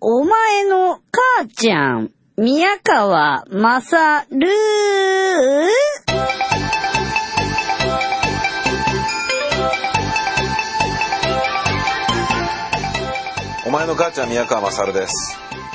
お前の母ちゃん、宮川まさる。 お前の母ちゃん、宮川まさるです。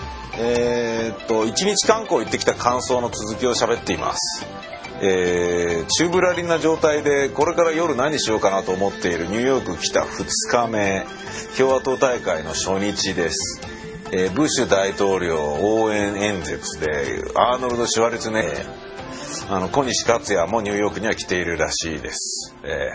一日観光行ってきた感想の続きを喋っています。宙ぶらりんな状態でこれから夜何しようかなと思っているニューヨーク来た2日目、共和党大会の初日です。ブッシュ大統領応援演説でアーノルド・シュワルツェネッガー、小西克也もニューヨークには来ているらしいです。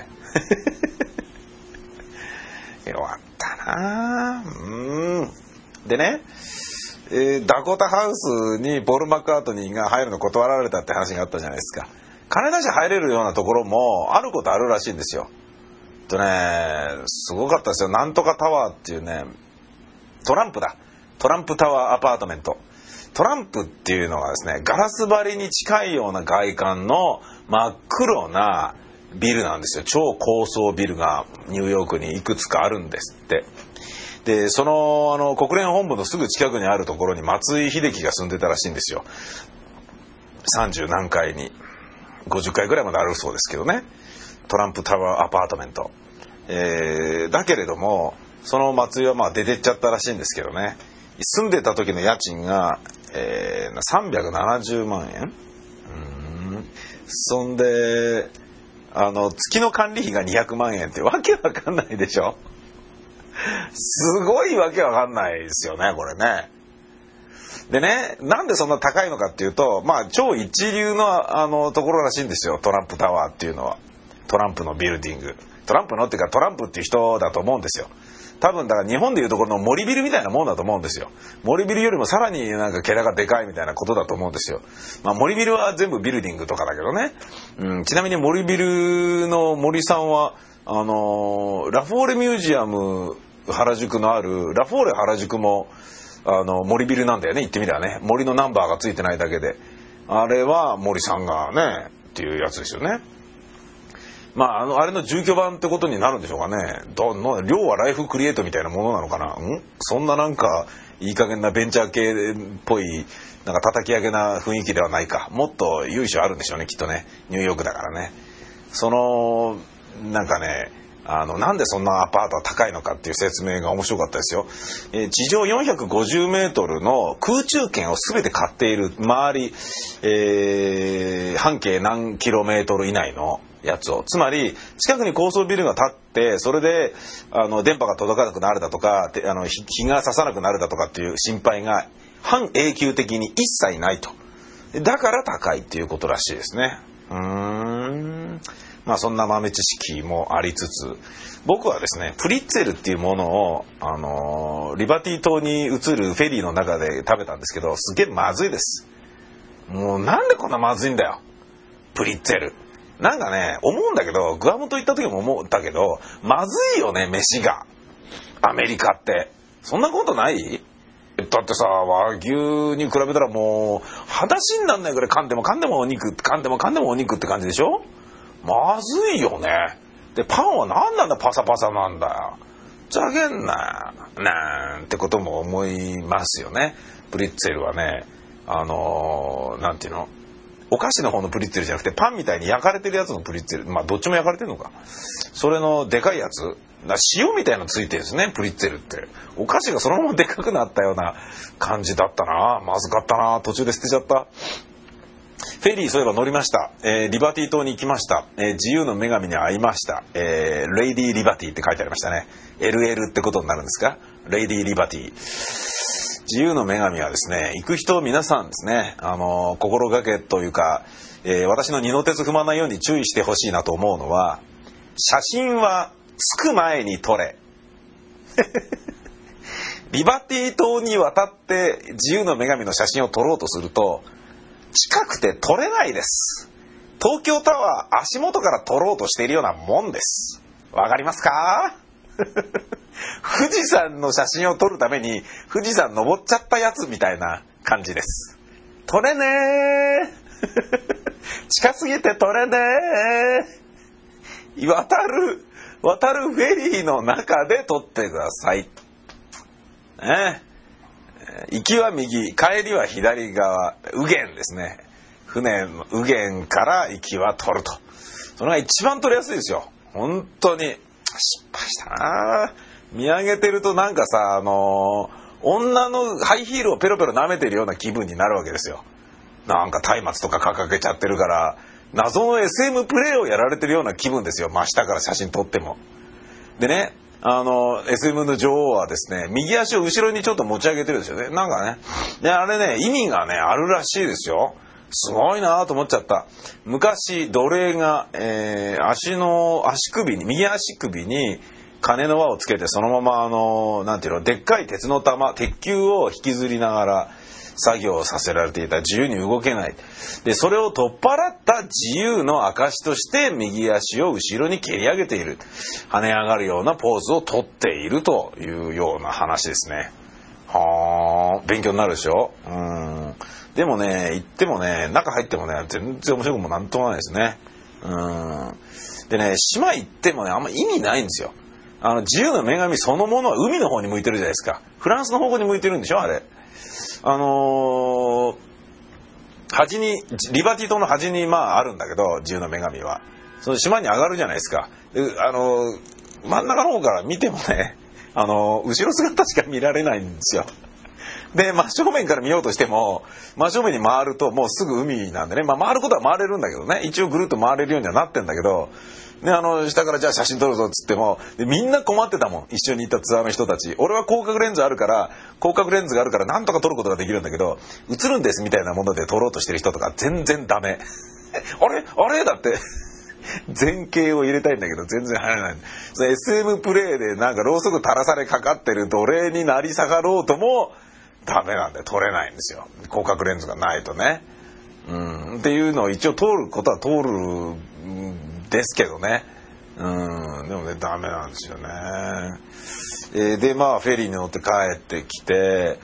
弱ったなでね、ダコタハウスにポール・マッカートニーが入るの断られたって話があったじゃないですか。金出し入れるようなところもあることあるらしいんですよ。すごかったですよ。なんとかタワーっていうね、トランプタワーアパートメント。トランプっていうのはですね、ガラス張りに近いような外観の真っ黒なビルなんですよ。超高層ビルがニューヨークにいくつかあるんですって。で、その国連本部のすぐ近くにあるところに松井秀喜が住んでたらしいんですよ。30何階に50階ぐらいまであるそうですけどね。トランプタワーアパートメント。だけれどもその松井は出てっちゃったらしいんですけどね。住んでた時の家賃が、370万円。そんで月の管理費が200万円ってわけわかんないでしょ。すごいわけわかんないですよね、これね。でね、なんでそんな高いのかっていうと、超一流のところらしいんですよ、トランプタワーっていうのは。トランプのビルディング。トランプのっていうかトランプっていう人だと思うんですよ。多分だから日本でいうところの森ビルみたいなもんだと思うんですよ。森ビルよりもさらになんかケラがでかいみたいなことだと思うんですよ。森ビルは全部ビルディングとかだけどね。ちなみに森ビルの森さんはラフォーレミュージアム原宿のあるラフォーレ原宿も森ビルなんだよね、言ってみたらね。森のナンバーがついてないだけで、あれは森さんがねっていうやつですよね。あれの住居版ってことになるんでしょうかね。量はライフクリエイトみたいなものなのかな。そんななんかいい加減なベンチャー系っぽいなんか叩き上げな雰囲気ではないか。もっと由緒あるんでしょうね、きっとね。ニューヨークだからね。なんかね、なんでそんなアパートは高いのかっていう説明が面白かったですよ。地上450メートルの空中圏を全て買っている周り、半径何キロメートル以内のやつを、つまり近くに高層ビルが建ってそれで電波が届かなくなるだとか日が差さなくなるだとかっていう心配が半永久的に一切ないと。だから高いっていうことらしいですね。そんな豆知識もありつつ、僕はですねプリッツェルっていうものをリバティ島に移るフェリーの中で食べたんですけど、すげえまずいです。もうなんでこんなまずいんだよプリッツェル。なんかね思うんだけど、グアム島行った時も思ったけど、まずいよね飯が。アメリカってそんなことない？だってさ、和牛に比べたらもう裸足になんないぐらい噛んでも噛んでもお肉って感じでしょ。まずいよね。でパンは何なんだ、パサパサなんだよ。ざけんななんてことも思いますよね。プリッツェルはね、なんていうの、お菓子の方のプリッツェルじゃなくてパンみたいに焼かれてるやつのプリッツェル、どっちも焼かれてるのか。それのでかいやつ塩みたいなのついてるんですね、プリッツェルって。お菓子がそのままでかくなったような感じだったな。まずかったな。途中で捨てちゃった。フェリーそういえば乗りました。リバティ島に行きました。自由の女神に会いました。レイディーリバティって書いてありましたね。LL ってことになるんですか。レイディーリバティ。自由の女神はですね、行く人皆さんですね、心がけというか、私の二の鉄踏まないように注意してほしいなと思うのは、写真は着く前に撮れ。リバティ島に渡って自由の女神の写真を撮ろうとすると近くて撮れないです。東京タワー足元から撮ろうとしているようなもんです。わかりますか？富士山の写真を撮るために富士山登っちゃったやつみたいな感じです。撮れねー。近すぎて撮れねー。渡るフェリーの中で撮ってください。 行きは右、帰りは左側、右舷ですね。船の右舷から行きは取ると。それが一番取りやすいですよ。本当に。失敗したな。見上げてるとなんかさ、女のハイヒールをペロペロ舐めてるような気分になるわけですよ。なんか松明とか掲げちゃってるから、謎の SM プレイをやられてるような気分ですよ。真下から写真撮っても。でね、SM の女王はですね、右足を後ろにちょっと持ち上げてるんですよね。なんかね。で、あれね、意味がね、あるらしいですよ。すごいなと思っちゃった。昔、奴隷が、右足首に鐘の輪をつけて、そのまま、なんていうの、でっかい鉄球を引きずりながら作業をさせられていた。自由に動けない。で、それを取っ払った自由の証として、右足を後ろに蹴り上げている。跳ね上がるようなポーズをとっているというような話ですね。はあ、勉強になるでしょ。でもね、行ってもね、中入ってもね、全然面白くもなんともないですね。でね、島行ってもね、あんま意味ないんですよ。自由の女神そのものは海の方に向いてるじゃないですか。フランスの方向に向いてるんでしょ、あれ。端に、リバティ島の端にあるんだけど、自由の女神は。その島に上がるじゃないですか。で、真ん中の方から見てもね、後ろ姿しか見られないんですよ。で、真正面から見ようとしても、真正面に回るともうすぐ海なんでね、回ることは回れるんだけどね、一応ぐるっと回れるようにはなってんだけど、ね、下からじゃあ写真撮るぞっつっても、でみんな困ってたもん、一緒に行ったツアーの人たち。俺は広角レンズがあるからなんとか撮ることができるんだけど、映るんですみたいなもので撮ろうとしてる人とか全然ダメ。あれだって。前景を入れたいんだけど全然入らない。SM プレイでなんかろうそく垂らされかかってる奴隷になり下がろうともダメなんで撮れないんですよ。広角レンズがないとね。っていうのを一応通ることは通るんですけどね。でもね、ダメなんですよね。で、フェリーに乗って帰ってきて、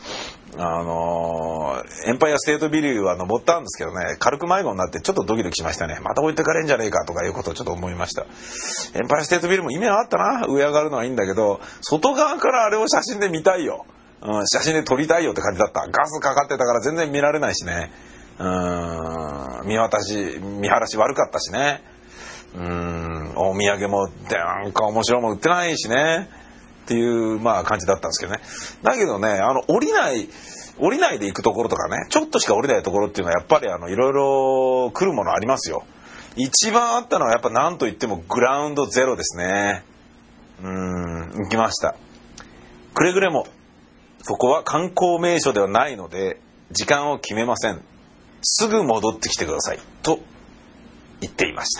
エンパイアステートビルは登ったんですけどね、軽く迷子になってちょっとドキドキしましたね。また置いてかれんじゃねえかとかいうことをちょっと思いました。エンパイアステートビルも意味はあったな。上上がるのはいいんだけど、外側からあれを写真で見たいよ。写真で撮りたいよって感じだった。ガスかかってたから全然見られないしね。見晴らし悪かったしね。お土産もなんか面白いもん売ってないしねっていう感じだったんですけどね。だけどね、降りないで行くところとかね、ちょっとしか降りないところっていうのはやっぱりいろいろ来るものありますよ。一番あったのはやっぱ何と言ってもグラウンドゼロですね。行きました。くれぐれもここは観光名所ではないので時間を決めません。すぐ戻ってきてくださいと言っていました。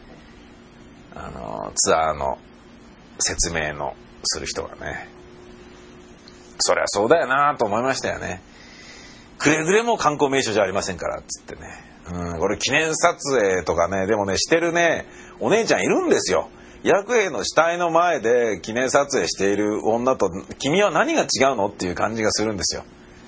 ツアーの説明のする人がね、そりゃそうだよなと思いましたよね。くれぐれも観光名所じゃありませんからっつってね。これ記念撮影とかね、でもねしてるねお姉ちゃんいるんですよ。薬兵の死体の前で記念撮影している女と君は何が違うのっていう感じがするんですよ。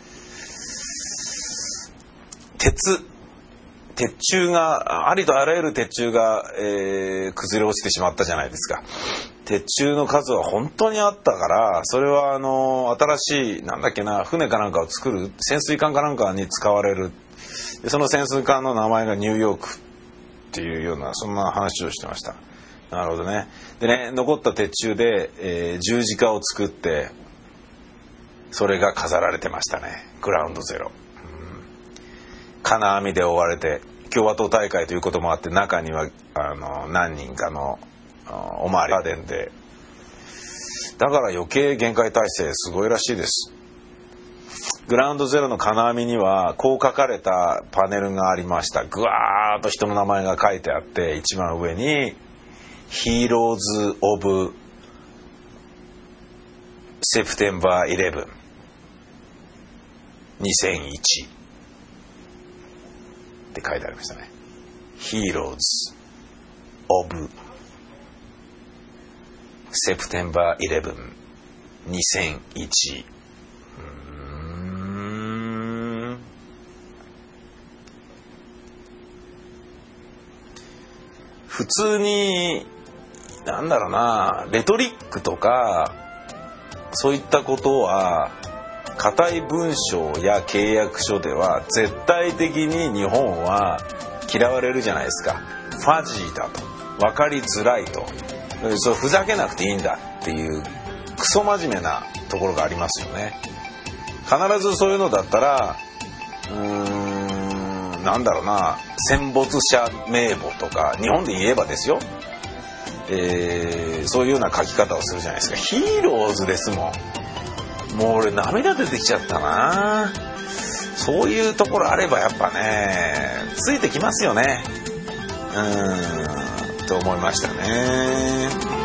鉄柱がありとあらゆる鉄柱が、崩れ落ちてしまったじゃないですか。鉄柱の数は本当にあったから、それは新しい船かなんかを作る潜水艦かなんかに使われる。でその潜水艦の名前がニューヨークっていうようなそんな話をしてました。なるほどね。でね、残った鉄柱で、十字架を作ってそれが飾られてましたね。グラウンドゼロ。金網で覆われて、共和党大会ということもあって中には何人かのおまわりガーデンで、だから余計厳戒態勢すごいらしいです。グラウンドゼロの金網にはこう書かれたパネルがありました。ぐわーっと人の名前が書いてあって、一番上にヒーローズ・オブ・セプテンバー11 2001って書いてありましたね。Heroes of September 11 2001。普通にレトリックとかそういったことは固い文章や契約書では絶対的に日本は嫌われるじゃないですか。ファジーだと、分かりづらいと、そうふざけなくていいんだっていうクソ真面目なところがありますよね。必ずそういうのだったらなんだろうな、戦没者名簿とか日本で言えばですよ、そういうような書き方をするじゃないですか。ヒーローズですもん。もう俺涙出てきちゃったな。そういうところあればやっぱねついてきますよね。と思いましたね。